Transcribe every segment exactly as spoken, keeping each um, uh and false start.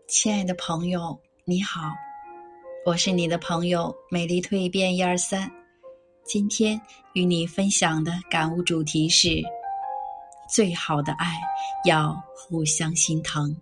亲爱的朋友，你好，我是你的朋友美丽蜕变一二三。今天与你分享的感悟主题是：最好的爱要互相心疼。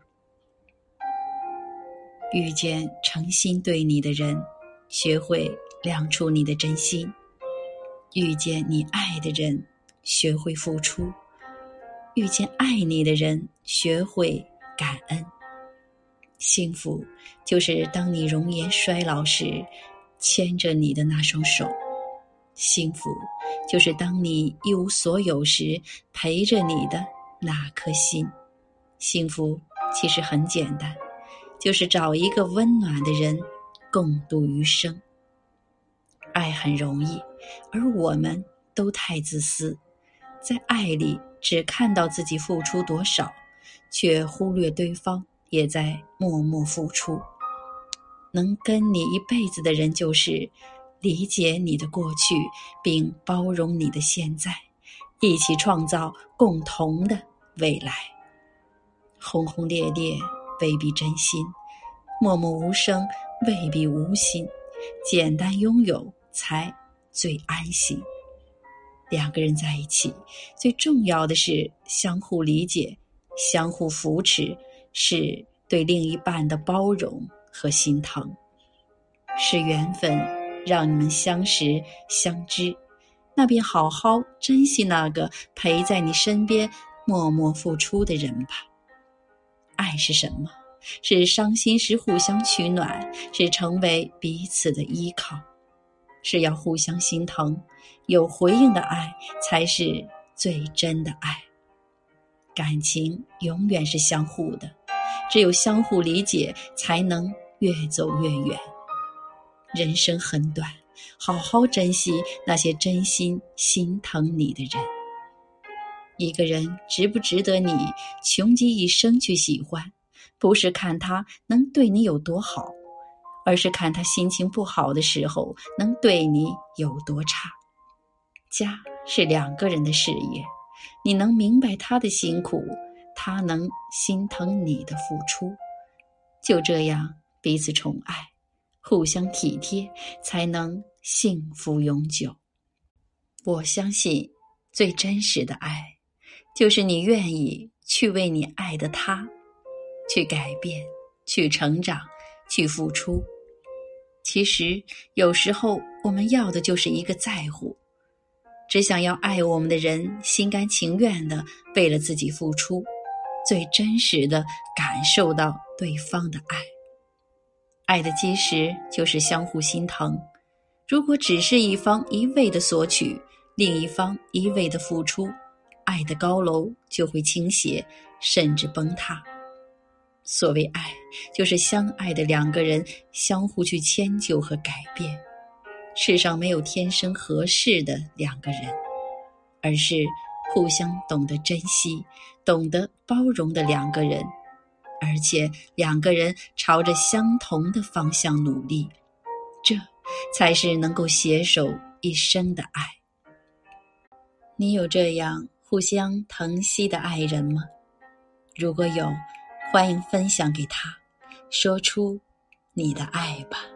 遇见诚心对你的人，学会亮出你的真心；遇见你爱的人，学会付出；遇见爱你的人，学会感恩。幸福就是当你容颜衰老时，牵着你的那双手；幸福就是当你一无所有时，陪着你的那颗心。幸福其实很简单，就是找一个温暖的人共度余生。爱很容易，而我们都太自私，在爱里只看到自己付出多少，却忽略对方也在默默付出。能跟你一辈子的人，就是理解你的过去，并包容你的现在，一起创造共同的未来。轰轰烈烈未必真心，默默无声未必无心，简单拥有才最安心。两个人在一起，最重要的是相互理解，相互扶持，是对另一半的包容和心疼。是缘分让你们相识相知，那便好好珍惜那个陪在你身边默默付出的人吧。爱是什么？是伤心时互相取暖，是成为彼此的依靠，是要互相心疼。有回应的爱才是最真的爱。感情永远是相互的，只有相互理解，才能越走越远。人生很短，好好珍惜那些真心心疼你的人。一个人值不值得你穷极一生去喜欢，不是看他能对你有多好，而是看他心情不好的时候能对你有多差。家是两个人的事业，你能明白他的辛苦，他能心疼你的付出，就这样彼此宠爱，互相体贴，才能幸福永久。我相信最真实的爱，就是你愿意去为你爱的他去改变，去成长，去付出。其实有时候我们要的就是一个在乎，只想要爱我们的人心甘情愿地为了自己付出，最真实地感受到对方的爱。爱的基石就是相互心疼，如果只是一方一味的索取，另一方一味的付出，爱的高楼就会倾斜，甚至崩塌。所谓爱，就是相爱的两个人相互去迁就和改变。世上没有天生合适的两个人，而是互相懂得珍惜，懂得包容的两个人，而且两个人朝着相同的方向努力，这才是能够携手一生的爱。你有这样互相疼惜的爱人吗？如果有，欢迎分享给他，说出你的爱吧。